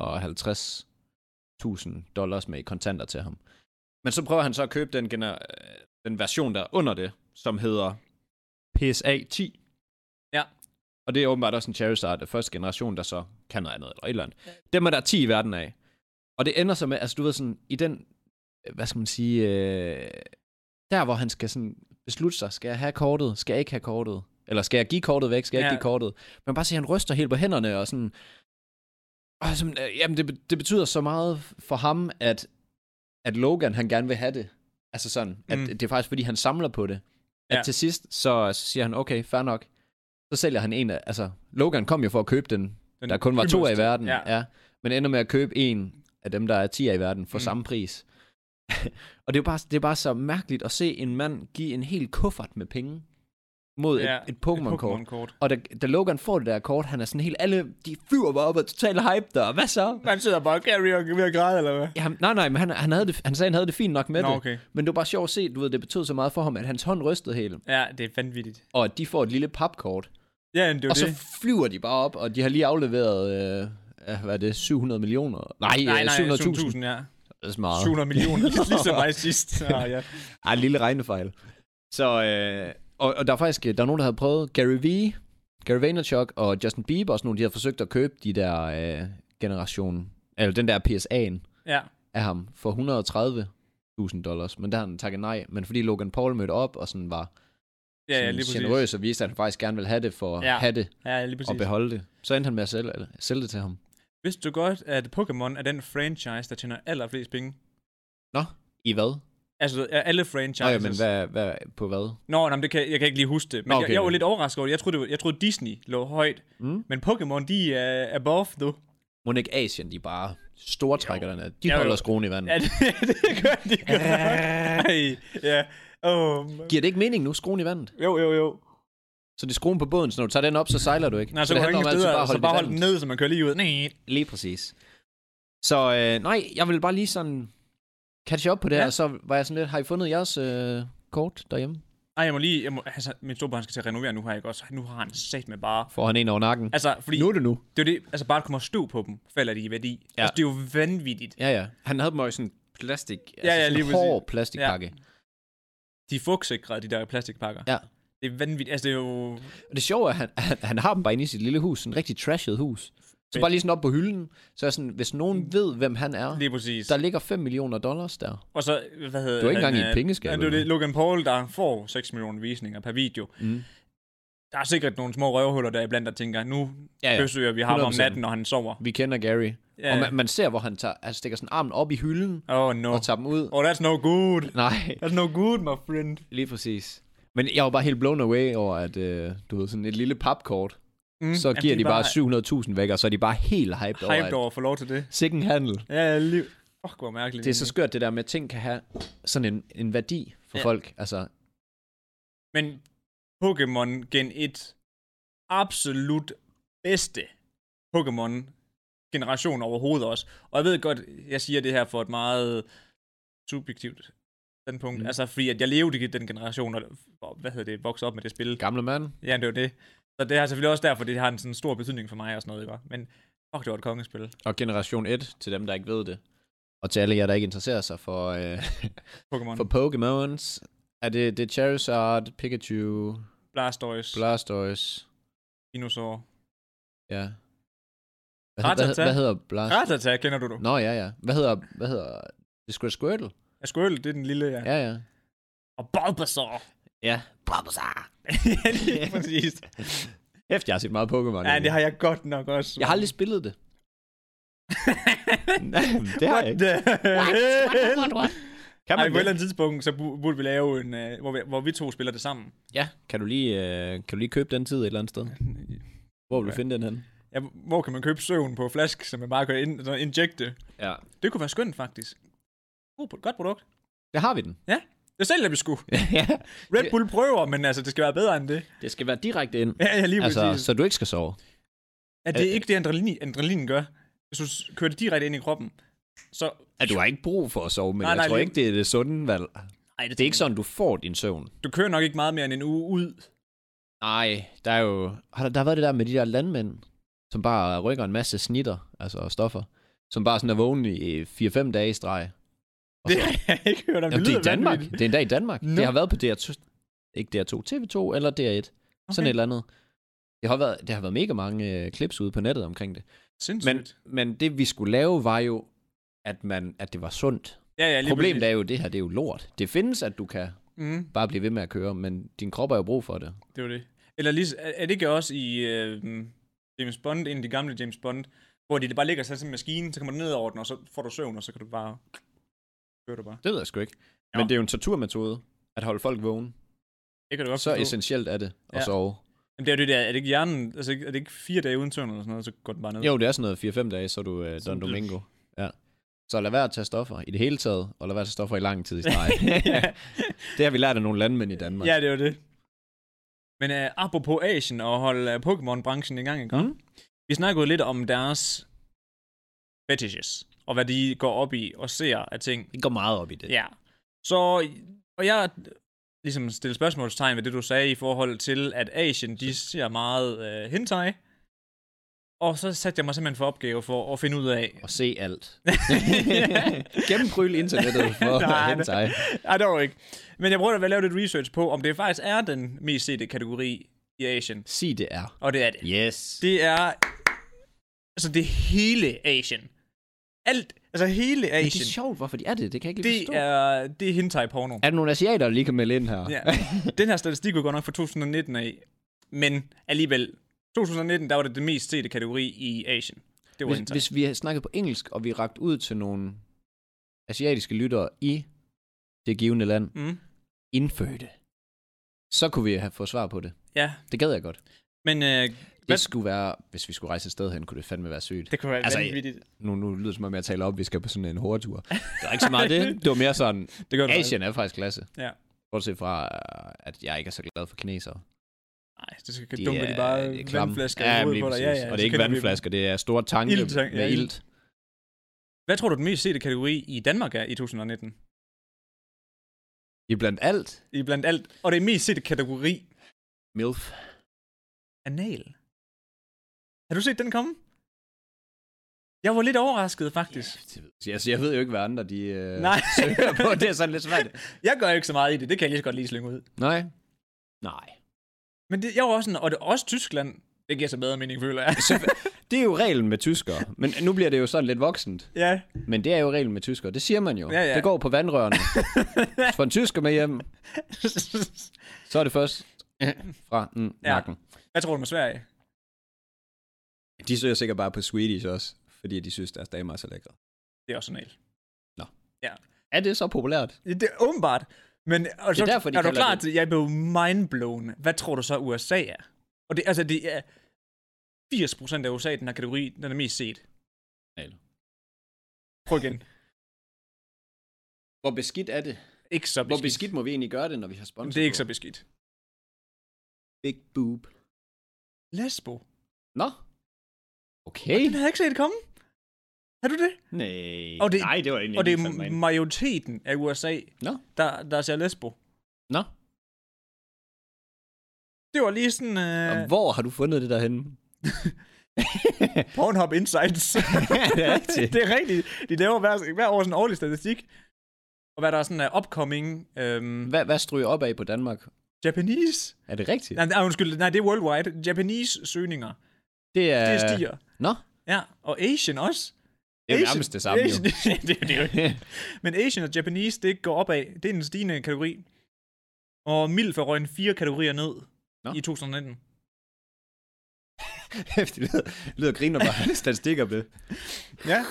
$150,000 med i kontanter til ham. Men så prøver han så at købe den version der under det, som hedder PSA 10. Ja. Og det er åbenbart også en Charizard af første generation, der så kan noget andet eller et eller andet. Dem er der 10 i verden af. Og det ender så med, altså du ved sådan, i den, hvad skal man sige, der hvor han skal sådan beslutte sig, skal jeg have kortet, skal jeg ikke have kortet? Eller skal jeg give kortet væk, skal jeg ikke give kortet? Men bare se, han ryster helt på hænderne, og sådan, jamen det betyder så meget for ham, at Logan, han gerne vil have det. Altså sådan, at det er faktisk, fordi han samler på det. At til sidst, så siger han, okay, fair nok. Så sælger han en af, altså, Logan kom jo for at købe den der kun var 2 af i verden. Ja. Men ender med at købe en af dem, der er 10 af i verden, for samme pris. Og det er bare så mærkeligt at se en mand give en hel kuffert med penge mod et Pokémon-kort. Og da Logan får det der kort, han er sådan helt, alle de flyver bare op og totalt hype der. Hvad så? Han sidder bare Gary og ved at græde, eller hvad? Ja, nej, men han sagde, han havde det fint nok med det. Okay. Men det var bare sjovt at se, du ved, det betød så meget for ham, at hans hånd rystede helt. Ja, det er vanvittigt. Og at de får et lille papkort. Ja, det er og så flyver de bare op, og de har lige afleveret, hvad er det, 700 millioner? Nej, 700.000. Ja. Det er meget. 700 millioner, ligesom mig sidst. Ja. En lille regnefejl. Så, og der er faktisk, der er nogen, der havde prøvet, Gary Vaynerchuk og Justin Bieber, også nogle, de har forsøgt at købe de der generation, eller den der PSA'en af ham for men der har han takket nej. Men fordi Logan Paul mødte op, og sådan var generøs, og viste, at han faktisk gerne ville have det, for at have det, og beholde det. Så endte han med at sælge det til ham. Vidste du godt, at Pokémon er den franchise, der tjener allerflest penge? Nå, i hvad? Altså, alle franchises. Men hvad på hvad? Men jeg kan ikke lige huske det. Men okay, jeg var lidt overrasket over det. Jeg troede Disney lå højt. Men Pokémon, de er above, du. Må ikke Asien, de bare stortrækker den her. De holder skruen i vandet. Ja, det gør de godt. Ja. Giver det ikke mening nu, skruen i vandet? Jo. Så det er skruen på båden, så når du tager den op, så sejler du ikke. Nej, så det handler om altid bare holde den ned, så man kører lige ud. Nej. Lige præcis. Så jeg vil bare lige sådan catch up på det her, så var jeg sådan lidt, har I fundet jeres kort derhjemme? Nej, min storebror, han skal til at renovere nu, har jeg også. Nu har han sat med bare... Får han en over nakken? Altså, fordi... Nu er det nu. Det er jo det, altså bare der kommer støv på dem, falder de i værdi. Ja. Altså, det er jo vanvittigt. Ja. Han havde dem jo i sådan plastik, lige sådan hård plastikpakke. Ja. De er fugtsikrede, de der plastikpakker. Ja. Det er vanvittigt, altså det er jo... Og det sjove er, at han har dem bare inde i sit lille hus, sådan en rigtig trashet hus. Så bare lige sådan op på hylden, så er sådan, hvis nogen ved, hvem han er, lige præcis. Der ligger $5 million der. Og så, hvad hedder du er ikke engang i et pengeskab. Det er Logan Paul, der får 6 millioner visninger per video. Der er sikkert nogle små røvhuller der iblandt, der tænker, nu besøger vi ham om natten, når han sover. Vi kender Gary. Ja. Og man ser, hvor han stikker sådan armen op i hylden, og tager dem ud. That's no good. Nej. That's no good, my friend. Lige præcis. Men jeg var bare helt blown away over, at du ved, sådan et lille papkort, så giver de bare 700.000 væk, og så er de bare helt hyped over at få lov til det. Sikken handel. Ja, hvor mærkeligt. Det er så skørt, det der med, at ting kan have sådan en værdi for folk. Altså. Men Pokémon Gen 1, absolut bedste Pokémon-generation overhovedet også. Og jeg ved godt, jeg siger det her for et meget subjektivt standpunkt. Altså, fordi at jeg levede i den generation, og voksede op med det spil. Gamle mand. Ja, det var det. Så det er selvfølgelig også derfor, det har en sådan stor betydning for mig og sådan noget, ikke? Men det var et kongespil. Og generation 1, til dem, der ikke ved det. Og til alle jer, der ikke interesserer sig for Pokémon. For Pokémons. Er det Charizard, Pikachu, Blastoise, Venusaur. Ja. Rattata. Hvad hedder Blastoise? Rattata, kender du? Nå, ja. Hvad hedder det? Squirtle? Ja, Squirtle, det er den lille, ja. Ja. Og Bulbasaur. Ja, Bulbasaur. Ja, lige præcis. Efter jeg har set meget Pokémon. Ja, det har jeg godt nok også. Jeg har aldrig spillet det. Nej, det har jeg ikke. What? Kan man på et eller andet tidspunkt, så burde vi lave en, hvor vi to spiller det sammen. Ja, kan du lige købe den tid et eller andet sted? Hvor vil du finde den hen? Ja, hvor kan man købe søvn på flaske, som man bare kan injekte? Ja. Det kunne være skønt, faktisk. Godt produkt. Der har vi den. Ja, det sælger vi sgu. Ja. Red Bull prøver, men altså, det skal være bedre end det. Det skal være direkte ind. Ja, lige præcis. Altså, så du ikke skal sove. Ja, det er ikke det, adrenalin gør. Hvis du kører det direkte ind i kroppen, så... Ja, du har ikke brug for at sove, men jeg tror ikke, det er det sunde valg. Nej, det er ikke sådan, du får din søvn. Du kører nok ikke meget mere end en uge ud. Nej, der er jo... Har der været det der med de der landmænd, som bare rykker en masse snitter, altså stoffer, som bare sådan er vågne i 4-5 dage i streg. Det har jeg ikke hørt om. Jamen, det er i Danmark. Det er en dag i Danmark. No. Det har været på DR2, ikke DR2, TV2 eller DR1. Okay. Sådan et eller andet. Det har været mega mange clips ude på nettet omkring det. Sindssygt. Men det vi skulle lave var jo, at det var sundt. Ja, problemet er jo, det her det er jo lort. Det findes, at du kan bare blive ved med at køre, men din krop har jo brug for det. Det var det. Eller lige, er det ikke også i James Bond, en af de gamle James Bond, hvor det bare ligger sådan en maskine, så kommer du ned over den, og så får du søvn, og så kan du bare køre det bare. Det ved jeg sgu ikke. Ja. Men det er jo en torturmetode, at holde folk vågne. Det kan du godt så forstå. Essentielt er det at sove. Jamen det er jo det der, er det ikke hjernen, altså er det ikke 4 dage uden søvn eller sådan noget, så går den bare ned? Jo, det er sådan noget 4-5 dage, så er du Don Domingo. Ja. Så lad være at tage stoffer i det hele taget, og lad være at tage stoffer i lang tid i streg. Det har vi lært af nogle landmænd i Danmark. Ja, det er jo det. Men apropos Asien og holde Pokémon-branchen i gang, ikke? Vi snakkede lidt om deres fetishes, og hvad de går op i og ser af ting. De går meget op i det. Ja. Så, og jeg ligesom stille spørgsmålstegn ved det, du sagde i forhold til, at Asien, de ser meget hentai. Og så satte jeg mig simpelthen for opgave for at finde ud af... Og se alt. Gennembryl internettet for hentai. Nej, det var ikke. Men jeg prøvede at lave lidt research på, om det faktisk er den mest sete kategori i Asien. Sig det er. Og det er det. Yes. Det er... Altså det hele Asien. Alt Altså hele Asien. Men det er sjovt, hvorfor de er det. Det kan jeg ikke lige forstå. Det er hentai-porno. Er der nogle asiater, der lige kan melde ind her? Ja. Den her statistik var godt nok fra 2019 af. Men alligevel, 2019, der var det mest sete kategori i Asien. Det var hentai. Hvis vi har snakket på engelsk, og vi rakt ud til nogle asiatiske lyttere i det givende land, indfødte, så kunne vi have fået svar på det. Ja. Det gad jeg godt. Men det skulle være, hvis vi skulle rejse et sted hen, kunne det fandme være sygt. det kunne være vanvittigt. Nu lyder det som om jeg taler op, vi skal på sådan en hurtigtur. Det er ikke så meget det. Det var mere sådan, Asien er faktisk klasse. Ja. Bortset fra, at jeg ikke er så glad for kinesere. Nej, det skal dumpe de bare vandflasker i hovedet på dig. Ja, og det er ikke vandflasker, det er store tanke med ilt. Hvad tror du, den mest sete kategori i Danmark er i 2019? I blandt alt? I blandt alt. Og det er mest sete kategori. MILF. Anal. Har du set den komme? Jeg var lidt overrasket, faktisk. Ja, jeg ved jo ikke, hvad andre de søger på. Det er sådan lidt svært. Jeg gør ikke så meget i det. Det kan jeg lige så godt lige slynge ud. Nej. Men jeg var også sådan, og det er også Tyskland. Det giver så bedre mening, føler jeg. Det er jo reglen med tyskere. Men nu bliver det jo sådan lidt voksent. Ja. Men det er jo reglen med tyskere. Det siger man jo. Ja. Det går på vandrørene. For en tysker med hjem, så er det først fra nakken. Hvad tror du med Sverige? De søger sikkert bare på Swedish også, fordi de synes, deres damer er så lækre. Det er også anal. Nå. Ja. Er det så populært? Det er åbenbart. Men og så, det er derfor, er du klar til, jeg blev mindblown. Hvad tror du så, USA er? Og det er 80% af USA, den her kategori, den er mest set. Anal. Prøv igen. Hvor beskidt er det? Ikke så beskidt. Hvor beskidt må vi egentlig gøre det, når vi har sponsor? Det er ikke så beskidt. Big boob. Lesbo. Nå. Okay. Og den havde jeg ikke set komme. Har du det? Nej. Nej, det var egentlig. Og det er majoriteten af USA, der ser lesbo. Nå. Det var lige sådan... Og hvor har du fundet det derhenne? Pornhub Insights. Det er rigtigt. Det er rigtigt. De laver hver år sådan en årlig statistik. Og hvad der er sådan upcoming... Hvad stryger op af på Danmark? Japanese. Er det rigtigt? Nej, det er worldwide. Japanese søgninger. Det stiger. Nå? Ja, og Asian også. Det er jo nærmest det samme, Asian, det er jo. Men Asian og Japanese, det går opad. Det er en stigende kategori. Og MILF er røgnet 4 kategorier ned i 2019. Det lyder griner bare statistikker på det. Ja.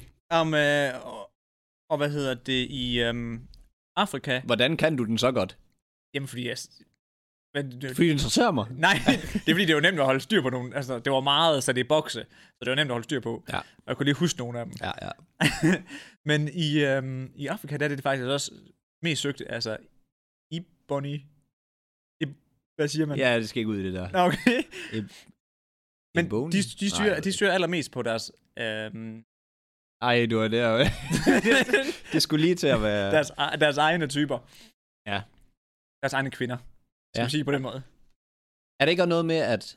Og hvad hedder det i Afrika? Hvordan kan du den så godt? Jamen, fordi fordi det interesserer mig? Nej, det er fordi, det var nemt at holde styr på nogle. Altså, det var meget, så det er bokse. Så det var nemt at holde styr på. Ja. Og jeg kunne lige huske nogle af dem. Ja. Men i Afrika, der er det faktisk også mest søgt. Altså, hvad siger man? Ja, det skal ikke ud i det der. Okay. Men de styrer allermest på deres... Ej, du er der. Det skulle lige til at være... Deres egne typer. Ja. Deres egne kvinder. Skal vi sige på den måde. Er det ikke noget med, at...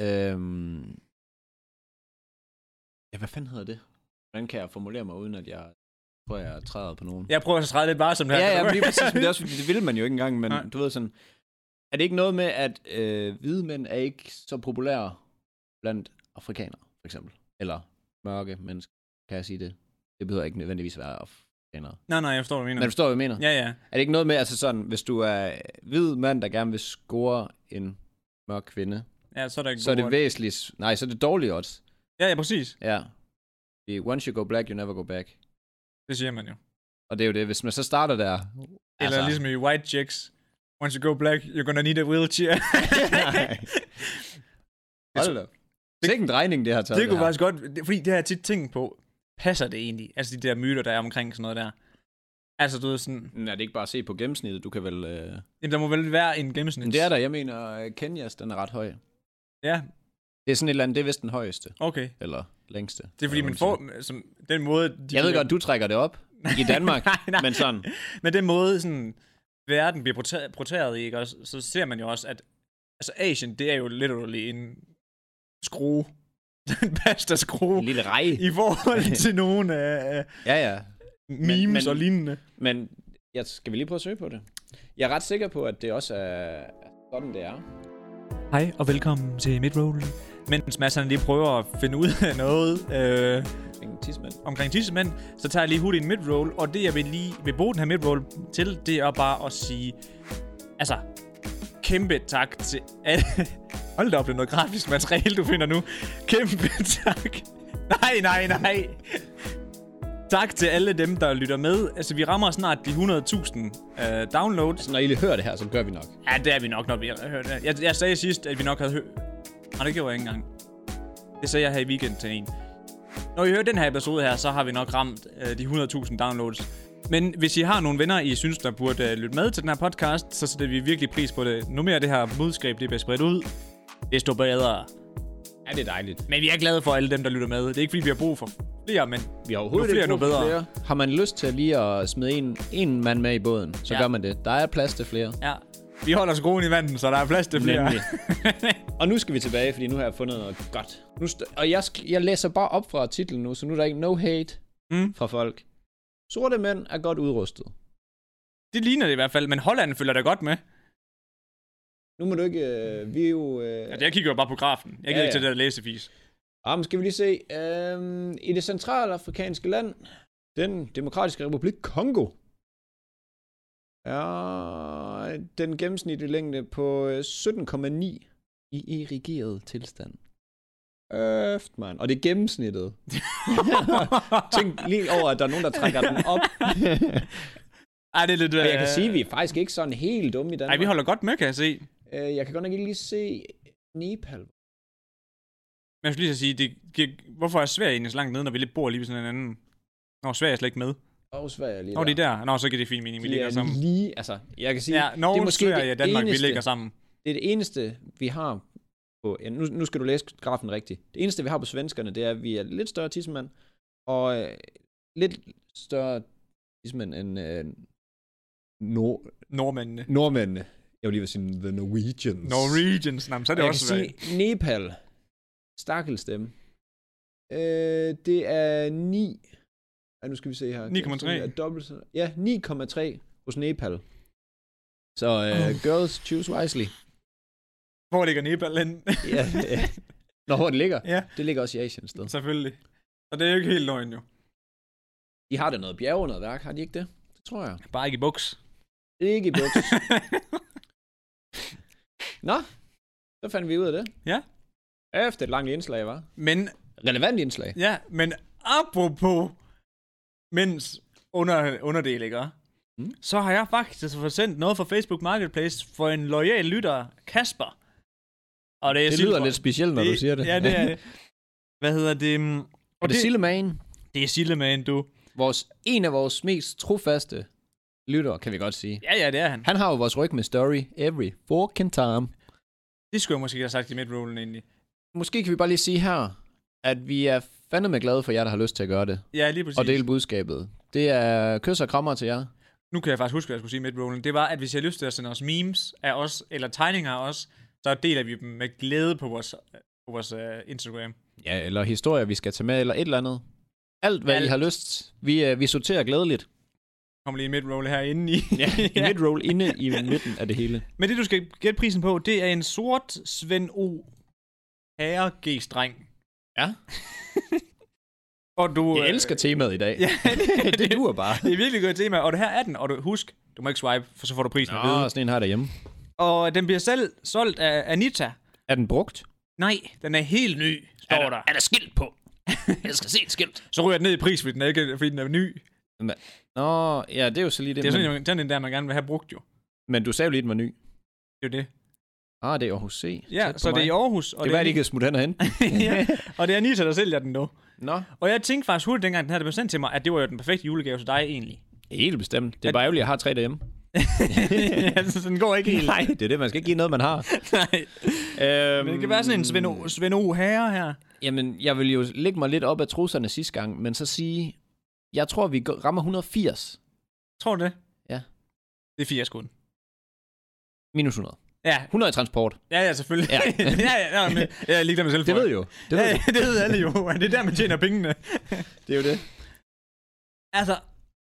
Ja, hvad fanden hedder det? Hvordan kan jeg formulere mig, uden at jeg tror, jeg træder på nogen? Jeg prøver at træde lidt bare som det her. Ja, lige præcis. Men det er også, det vil man jo ikke engang, men du ved sådan... Er det ikke noget med, at hvide mænd er ikke så populære blandt afrikanere, for eksempel? Eller mørke mennesker, kan jeg sige det? Det behøver ikke nødvendigvis være afrikanere. Nej, jeg forstår, hvad du mener. Men du forstår, hvad jeg mener? Ja. Er det ikke noget med, altså sådan, hvis du er hvid mand, der gerne vil score en mørk kvinde, så er det væsentligt... Nej, så er det dårligt odds. Ja, præcis. Ja. Once you go black, you never go back. Det siger man jo. Og det er jo det, hvis man så starter der... Eller ligesom i White Chicks. Once you go black, you're gonna need a wheelchair. Hold da. Det er ikke en drejning, det har taget. Det kunne faktisk godt... Fordi det har jeg tit tænkt på. Passer det egentlig? Altså de der myter, der er omkring sådan noget der. Altså du ved sådan... Nej, det er ikke bare at se på gennemsnittet. Du kan vel... Jamen, der må vel være en gennemsnit. Men det er der. Jeg mener, Kenyas, den er ret høj. Ja. Det er sådan et eller andet, det er vist den højeste. Okay. Eller længste. Det er fordi, man får... Som, den måde... Jeg ved godt, du trækker det op i Danmark. nej. Men sådan... Men den måde, sådan... Verden bliver proteret i, ikke? Og så ser man jo også, at... Altså, Asien, det er jo literally en skrue. En pasta-skrue. En lille rej. I forhold til nogle ja. memes og lignende. Men skal vi lige prøve at søge på det? Jeg er ret sikker på, at det også er sådan, det er. Hej og velkommen til Midroll. Mens Mads han lige prøver at finde ud af noget, omkring tissemænd, så tager jeg lige hurtigt en midroll, og det jeg vil bruge den her midroll til, det er bare at sige, altså, kæmpe tak til alle. Hold da op, det er noget grafisk materiale, du finder nu. Kæmpe tak. Nej. Tak til alle dem, der lytter med. Altså, vi rammer snart de 100.000 downloads. Altså, når I hører det her, så gør vi nok. Ja, det er vi nok, når vi har hørt det. Jeg sagde sidst, at vi nok havde hørt. Nej, det gjorde jeg ikke engang. Det sagde jeg her i weekend til en. Når I hører den her episode her, så har vi nok ramt de 100.000 downloads. Men hvis I har nogle venner, I synes, der burde lytte med til den her podcast, så sætter vi virkelig pris på det. Nu mere det her budskab, det bliver spredt ud, desto bedre. Ja, det er dejligt. Men vi er glade for alle dem, der lytter med. Det er ikke, fordi vi har brug for flere, men vi har overhovedet flere, ikke brug for flere. Har man lyst til lige at smide en mand med i båden, så gør man det. Der er plads til flere. Ja. Vi holder skruen i vandet, så der er plads til flere. Og nu skal vi tilbage, fordi nu har jeg fundet noget godt. Og jeg læser bare op fra titlen nu, så nu er der ikke no hate fra folk. Sorte mænd er godt udrustet. Det ligner det i hvert fald, men Holland følger da godt med. Nu må du ikke... vi er jo... jeg kigger jo bare på grafen. Jeg gider ikke til det der læsefis. Men skal vi lige se. I det centralafrikanske land, den demokratiske republik Kongo, er den gennemsnitlige længde på 17,9 i irrigeret tilstand. Man. Og det er gennemsnittet. Tænk lige over, at der er nogen, der trækker den op. Ej, det er lidt... Og jeg kan sige, at vi er faktisk ikke sådan helt dumme i Danmark. Nej, vi holder godt med, kan jeg se. Jeg kan godt nok ikke lige se Nepal. Men jeg skulle lige sige, hvorfor er Sverige egentlig så langt nede, når vi lidt bor lige ved sådan en anden... Nå, Sverige er slet ikke med. Sverige er lige der. Nå, det er der. Nå, så giver det fin mening, vi ligger sammen. Lige, altså, jeg kan sige... Ja, Norge, Sverige og Danmark, vi ligger sammen. Det er det eneste, vi har på... Ja, nu skal du læse grafen rigtigt. Det eneste, vi har på svenskerne, det er, at vi er lidt større tissemand, og lidt større tissemand end nordmændene. Jeg vil lige vil sige the Norwegians. Så er det også Sverige. Jeg kan sige, Nepal, stakkels dem. Det er 9... nu skal vi se her. 9,3. Ja, 9,3 hos Nepal. Så girls, choose wisely. Hvor ligger Nepal hen? Nå, hvor det ligger? Ja. Det ligger også i Asien sted. Selvfølgelig. Og det er jo ikke helt løgn, jo. De har da noget bjerg og noget værk, har de ikke det? Det tror jeg. Bare ikke i buks. Ikke i buks. Nå, så fandt vi ud af det. Ja. Efter et langt indslag, var. Men... relevant indslag. Ja, men apropos mænds underdel, ikke? Så har jeg faktisk fået sendt noget fra Facebook Marketplace for en loyal lytter, Kasper. Og det lyder lidt specielt, når du siger det. Ja, det er det. Hvad hedder det? Og det er Sillemagen. Det er Sillemagen, du. En af vores mest trofaste lytter, kan vi godt sige. Ja, det er han. Han har jo vores ryg med story every fucking time. Det skulle jeg måske have sagt i midrollen egentlig. Måske kan vi bare lige sige her, at vi er fandeme glade for jer, der har lyst til at gøre det. Ja, lige præcis. Og dele budskabet. Det er kys og krammer til jer. Nu kan jeg faktisk huske, hvad jeg skulle sige i midrollen. Det var, at hvis I har lyst til at sende os memes af os, eller tegninger af os, så deler vi dem med glæde på vores Instagram. Ja, eller historier, vi skal tage med, eller et eller andet. Alt, hvad I har lyst. Vi sorterer glædeligt. Kommer lige en midroll herinde i. Ja, en midroll inde i midten af det hele. Men det, du skal gætte prisen på, det er en sort Svend O. Herre G-streng. Ja. Og du... Jeg elsker temaet i dag. Ja, det duer bare. Det er virkelig godt tema, og det her er den. Og husk, du må ikke swipe, for så får du prisen at vide. Nå, sådan en har derhjemme. Og den bliver selv solgt af Anita. Er den brugt? Nej, den er helt ny, står der. Er der skilt på? Jeg skal se et skilt. Så ryger den ned i pris, fordi den er ny. Nå, ja, det er jo så lige det. Det er sådan en der, man gerne vil have brugt jo. Men du sagde jo lige, den var ny. Det er jo det. Det er Aarhus C. Ja, så det er i Aarhus. Og det var, at de kan smutte hen og hen. Ja, og det er Anita, der sælger den nu. Nå. Og jeg tænkte faktisk hurtigt, dengang den her blev sendt til mig, at det var jo den perfekte julegave til dig egentlig. Helt bestemt. Det er bare ærgerligt, at jeg har 3 derhjemme. Altså, den går ikke helt. Nej, det er det. Man skal ikke give noget, man har. Nej. Men det kan være sådan en Svend O. Herre her. Jamen, jeg vil jo lægge mig lidt op af trusserne sidste gang, men så sige, jeg tror, vi rammer 180. Tror du det? Ja. Det er 80 kun. Minus 100. Ja. 100 i transport. Ja, selvfølgelig. Ja. Men jeg ligger mig selv for. Det ved jo. Det ved alle jo. Det er der, man tjener pengene. Det er jo det. Altså,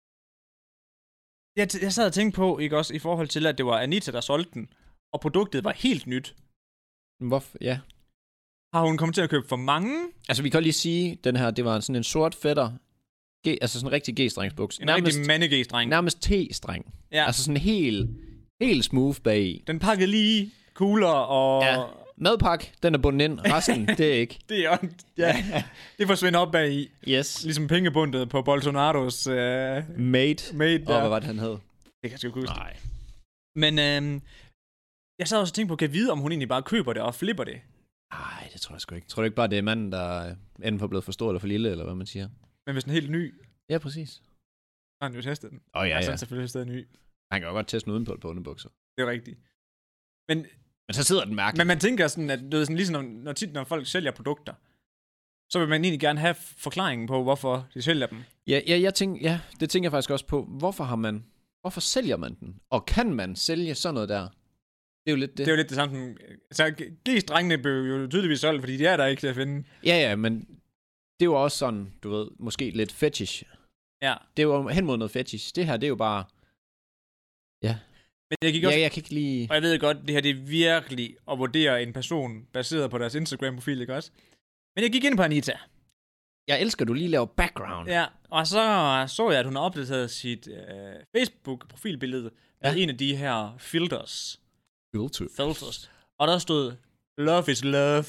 jeg sad og tænkte på, ikke også, i forhold til, at det var Anita, der solgte den, og produktet var helt nyt. Hvorfor? Ja. Har hun kommet til at købe for mange? Altså, vi kan lige sige, den her, det var sådan en sort fætter, altså sådan en rigtig G-strengsbuks. En rigtig mande-G-streng. Nærmest T-streng. Ja. Altså sådan helt smooth bag. Den pakkede lige kugler og... Ja. Madpakke, den er bundet ind. Resten, det er ikke. Det er det forsvinder op bag i. Yes. Ligesom pengebundet på Bolsonaros... Mate. Mate hvad var det, han hed? Det kan jeg sgu ikke huske. Nej. Men jeg sad også og tænkte på, kan jeg vide, om hun egentlig bare køber det og flipper det? Nej, det tror jeg sgu ikke. Tror du ikke bare, det er manden, der enten for blevet for stor eller for lille, eller hvad man siger? Men hvis den er helt ny... Ja, præcis. Så har han jo testet den. Ja. Altså, han selvfølgelig stadig ny. Han kan jo godt teste den uden på underbukser. Det er rigtigt. Men så sidder den mærkeligt. Men man tænker sådan, at det er sådan, ligesom når folk sælger produkter, så vil man egentlig gerne have forklaringen på, hvorfor de sælger dem. Det tænker jeg faktisk også på. Hvorfor sælger man den? Og kan man sælge sådan noget der? Det er jo lidt det. Det er jo lidt det samme. Altså, G-strengene blev jo tydeligvis solgt, fordi de er der ikke til at finde. Ja, men det er jo også sådan, du ved, måske lidt fetish. Ja. Det er jo hen mod noget fetish. Det her, det er jo bare... Ja. Men jeg gik også... jeg kan ikke lige... Og jeg ved godt, det her det er virkelig at vurdere en person baseret på deres Instagram-profil, ikke også? Men jeg gik ind på Anita. Jeg elsker, du lige laver background. Ja, og så jeg, at hun har opdateret sit Facebook-profilbillede med en af de her filters. Filters. Og der stod, love is love.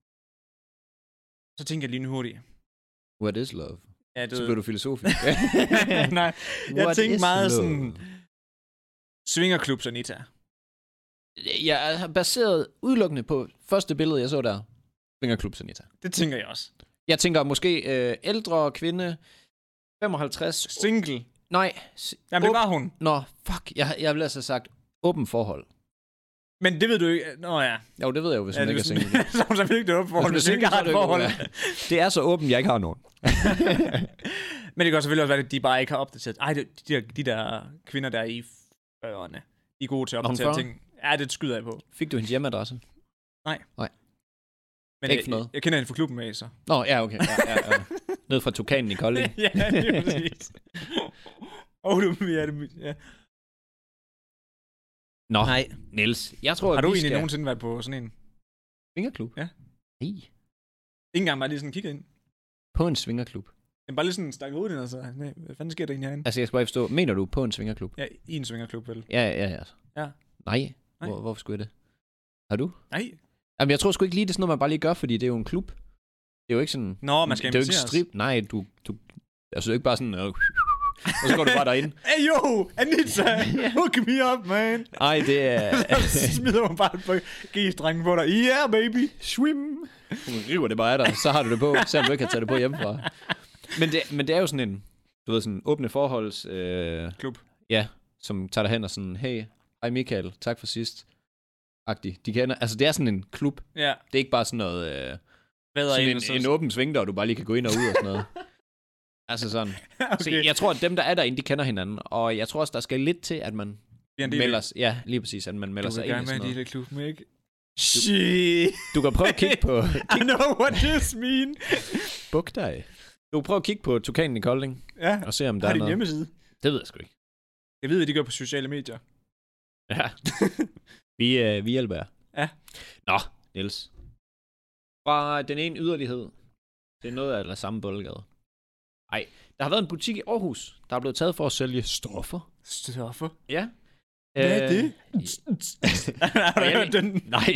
Så tænkte jeg lige nu hurtigt. What is love? Ja, så blev du filosofisk. Nej, jeg tænkte meget sådan... Swingerklubs, Anita. Jeg er baseret udelukkende på første billede, jeg så der. Swingerklubs, Anita. Det tænker jeg også. Jeg tænker måske ældre kvinde, 55. Single. Nej. Jamen, det var hun. Nå, fuck. Jeg ville altså sagt åben forhold. Men det ved du ikke. Nå ja. Jo, det ved jeg jo, hvis hun ikke er single. Så er det ikke åbent forhold, hvis du ikke har et forhold. Det er så åbent, jeg ikke har nogen. Men det kan selvfølgelig også være, at de bare ikke har opdateret. Ej, de der kvinder, der er i 40'erne, de er gode til at opdatere ting. Ja, det skyder jeg på. Fik du hendes hjemmeadresse? Nej. Men ikke for noget. Jeg kender hende fra klubben med, så. Nå, ja, okay. Ja. Ned fra Tukanen i Kolding. Ja, det er præcis. Ja. Nå, nej. Niels, jeg tror, har du egentlig nogensinde været på sådan en swingerklub? Ja. Nej. Ikke engang bare lige sådan kigget ind. På en swingerklub? Den bare lige sådan stak hovedet ind og så, nej, hvad fanden sker der egentlig herinde? Altså, jeg skal bare forstå, mener du på en swingerklub? Ja, i en swingerklub, vel? Ja. Ja. Nej. Hvorfor skulle jeg det? Har du? Nej. Jamen, jeg tror sgu ikke lige, det er sådan noget, man bare lige gør, fordi det er jo en klub. Det er jo ikke sådan... Nå, man skal det er jo ikke strip. Nej, du... Altså, det er ikke bare sådan... og så går du bare derind. Hey, yo! Anita! Hook me up, man! Ej, det er... så smider man bare et G-strengen på dig. Yeah, baby! Swim! Hun river det bare af dig, så har du det på, selvom du ikke kan tage det på hjemmefra. Men det er jo sådan en... Du ved, sådan åbne forholds... klub. Ja, som tager dig hen og sådan... Hey, hej Michael, tak for sidst. Agtig. De kender... Altså, det er sådan en klub. Ja. Det er ikke bare sådan noget... sådan en åben svingdør, du bare lige kan gå ind og ud og sådan noget. Altså sådan. Okay. Så jeg tror, at dem, der er derinde, de kender hinanden. Og jeg tror også, der skal lidt til, at man melder sig... Ja, lige præcis, at man melder sig ind i sådan noget. Du vil gerne med en lille klub, med ikke? Du kan prøve at kigge på... I know what this mean. Buk dig. Du kan prøve at kigge på Tukanen i Kolding. Ja. Og se, om der er noget. Har de hjemmeside? Det ved jeg sgu ikke. Jeg ved, at de gør på sociale medier. Ja. Vi hjælper jer. Ja. Nå, Niels. Fra den ene yderlighed til noget af samme boldgade. Ej, der har været en butik i Aarhus, der er blevet taget for at sælge stoffer. Stoffer? Ja. Hvad er det? Har du hørt den? Nej.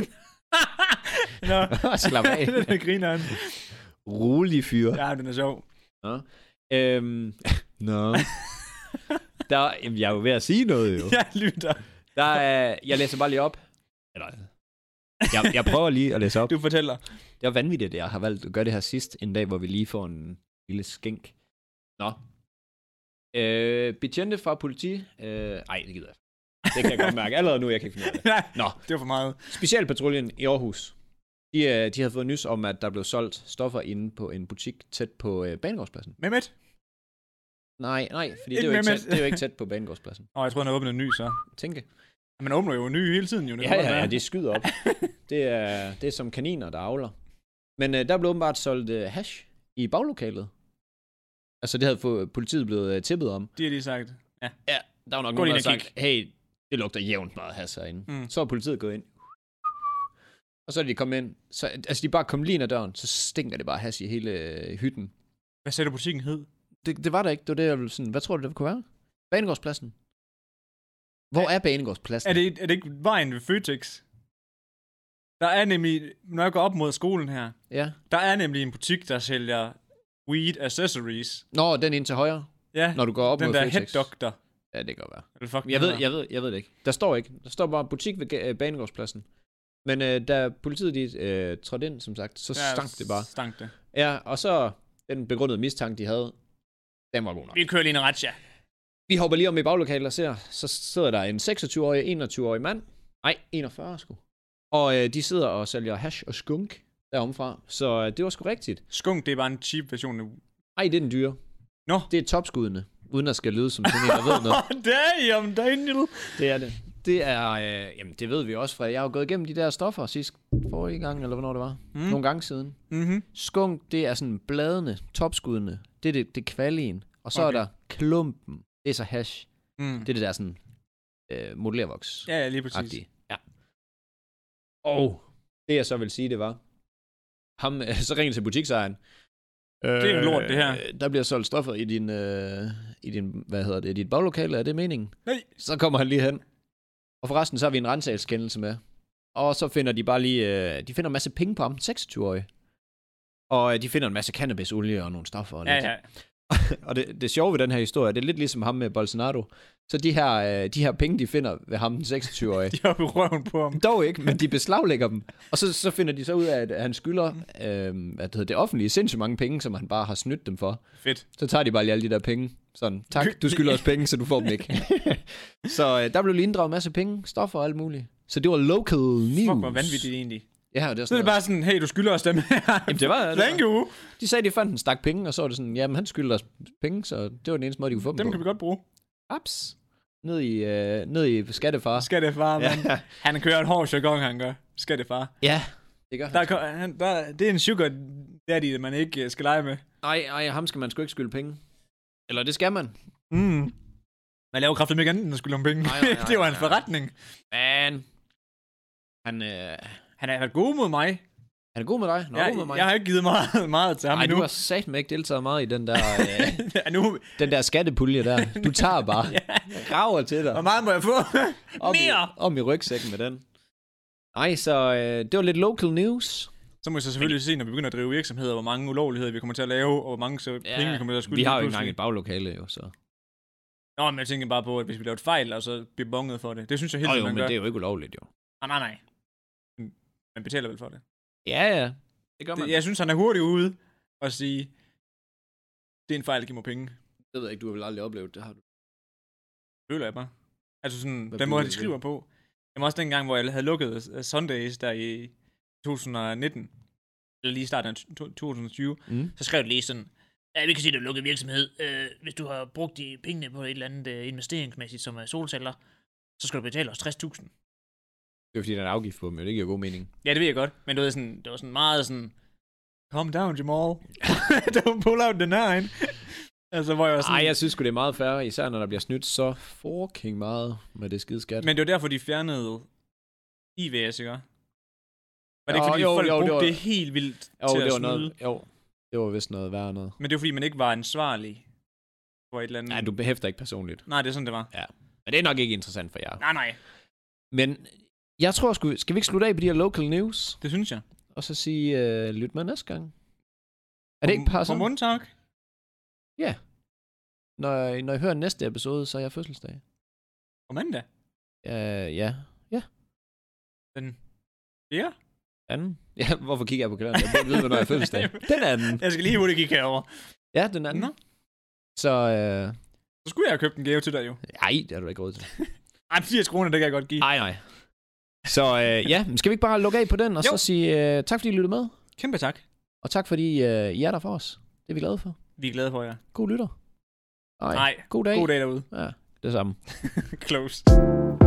Nå. Slap af. Den griner han. Rolig fyr. Ja, den er sjov. Nå. Nå. Jeg er jo ved at sige noget, jo. Jeg lytter. Jeg læser bare lige op. Eller, jeg prøver lige at læse op. Du fortæller. Det var vanvittigt, at jeg har valgt at gøre det her sidst, en dag, hvor vi lige får en lille skænk. Nå. Betjente fra politi. Ej, det gider jeg. Det kan jeg godt mærke. Allerede nu, jeg kan ikke finde ud af det. Nej, nå. Det var for meget. Specialpatruljen i Aarhus. De havde fået nys om, at der blev solgt stoffer inde på en butik tæt på Banegårdspladsen. Mehmet? Nej, fordi det er jo ikke tæt på Banegårdspladsen. Jeg tror, han har åbnet en ny, så. Tænke. Man åbner jo en ny hele tiden, jo. Ja, det skyder op. det er som kaniner, der avler. Men der blev åbenbart solgt hash i baglokalet. Altså, det havde politiet blevet tippet om. De har lige sagt, ja. Ja, der var nok nogen, der havde sagt, hey, det lugter jævnt meget hash herinde. Så er politiet gået ind. Og så er de kommet ind. Så, altså, de bare kom lige ind ad døren, så stinker det bare hash i hele hytten. Hvad sagde du, butikken hed? Det var der ikke. Det var det, jeg ville sådan... Hvad tror du, det kunne være? Banegårdspladsen. Hvor er Banegårdspladsen? Er det ikke vejen ved Føtex? Der er nemlig, når jeg går op mod skolen her, der er nemlig en butik, der sælger weed accessories. Nå, den ind til højre? Ja, når du går op mod den der Føtex. Head Doctor. Ja, det kan godt være. Jeg ved det ikke. Der står ikke. Der står bare butik ved Banegårdspladsen. Men da politiet trådte ind, som sagt, så stank det bare. Stank det. Ja, og så den begrundede mistanke, de havde, den var god nok. Vi kører lige en razzia. Vi hopper lige om i baglokalet og ser, så sidder der en 26-årig, 21-årig mand. Nej, 41 sgu. Og de sidder og sælger hash og skunk deromfra. Så det var sgu rigtigt. Skunk, det er bare en cheap version af... Ej, det er den dyre. Nå. Det er topskuddene, uden at skal lyde som sådan en, der ved noget. Damn, Daniel. Det er det. Det er, jamen det ved vi også, for jeg har jo gået igennem de der stoffer forrige gang, eller hvornår det var. Nogle gange siden. Mm-hmm. Skunk, det er sådan bladene, topskuddene. Det er det kvalien. Og så er der klumpen. Det er så hash. Det er det der sådan modellervoks. Ja, lige præcis. Ja. Og det jeg så vil sige, det var, ham, så ringede til butiksejeren. Det er lort, det her. Der bliver solgt stoffer i din, hvad hedder det, dit baglokale, er det meningen? Nej. Så kommer han lige hen. Og forresten, så har vi en rensagskendelse med. Og så finder de bare lige, de finder en masse penge på ham, 26-årige. Og de finder en masse cannabisolie og nogle stoffer. Og lidt. Ja. Og det sjove ved den her historie, det er lidt ligesom ham med Bolsonaro. Så de her penge, de finder ved ham, den 26-årige. De har på røven på ham. Dog ikke, men de beslaglægger dem. Og så finder de så ud af, at han skylder det offentlige sindssygt mange penge, som han bare har snydt dem for. Fedt. Så tager de bare lige alle de der penge. Sådan, tak, du skylder os penge, så du får dem ikke. Så der blev lige inddraget en masse penge, stoffer og alt muligt. Så det var local news. Fuck, hvor vanvittigt egentlig. Ja, det er så er det bare sådan, hey, du skylder os dem her. Jamen, det var... Thank you. De sagde, de fandt en stak penge, og så var det sådan, jamen, han skylder os penge, så det var den eneste måde, de kunne få dem på. Dem kan vi godt bruge. Ups. Ned i skattefar. Skattefar, man. Han kører et hårdt jargon, han gør. Skattefar. Ja, det gør han. Det er en sugar daddy, man ikke skal lege med. Ej, ham skal man sgu ikke skylde penge. Eller det skal man. Man laver kraftigt ikke andet, end at skylde om penge. Det var en forretning. Men... Han har været god mod mig. Han er god med dig? God med mig. Jeg har ikke givet meget til ham endnu. Nej, du har satme ikke deltaget meget i den der, den der skattepulje der. Du tager bare. Rager til dig. Hvor meget må jeg få? Mere! Om i rygsækken med den. Nej, så det var lidt local news. Så må vi så selvfølgelig se, når vi begynder at drive virksomheder, hvor mange ulovligheder vi kommer til at lave, og hvor mange penge vi kommer til at skylde. Vi har jo ikke engang et baglokale, jo, så... Nå, men jeg tænker bare på, at hvis vi laver et fejl, og så bliver bonget for det. Det synes jeg helt vildt, man gør. men det er jo ikke ulovligt, jo. Nej. Man betaler vel for det. Ja. Det gør man. Jeg synes, han er hurtigt ude og sige, det er en fejl, at give mig penge. Det ved jeg ikke, du har vel aldrig oplevet, det har du. Føler jeg bare. Altså sådan, den måde, de skriver på. Det var også dengang, hvor jeg havde lukket Sundays der i 2019, eller lige i starten af 2020, så skrev de lige sådan, ja, vi kan sige, at du har lukket virksomhed. Hvis du har brugt de pengene på et eller andet investeringsmæssigt, som er solceller, så skal du betale os 60.000. Det er fordi, der er en afgift på dem, men det giver god mening. Ja, det ved jeg godt, men det var sådan meget sådan, calm down, Jamal. Don't pull out the nine. Altså, hvor jeg sådan... jeg synes sgu, det er meget fair, især når der bliver snydt så fucking meget med det skide skat. Men det var derfor, de fjernede IVS, ikke? Var det ikke, fordi folk brugte det helt vildt til at snyde? Jo, det var vist noget værre noget. Men det var, fordi man ikke var ansvarlig for et eller andet... Nej, du behæfter ikke personligt. Nej, det er sådan, det var. Ja, men det er nok ikke interessant for jer. Nej. Men jeg tror skal vi ikke slutte af på de her local news? Det synes jeg. Og så sige, lyt med næste gang. Er det ikke passet? På mundtak? Ja. Når I hører næste episode, så er jeg fødselsdag. På mandag? Ja. Den 4? Anden? Ja, hvorfor kigger jeg på kalenderen? Jeg burde vide, når jeg er fødselsdag. Den anden. Jeg skal lige hurtigt kigge herover. Ja, den anden. Nå. Så skulle jeg have købt en gave til dig jo. Nej, det har du ikke råd til. Ej, 80 kroner, det kan jeg godt give. Nej. Så skal vi ikke bare lukke af på den, og så sige tak, fordi I lyttede med. Kæmpe tak. Og tak, fordi I er der for os. Det er vi glade for. Vi er glade for jer. God lytter. Nej. God dag. God dag derude. Ja, det samme. Close.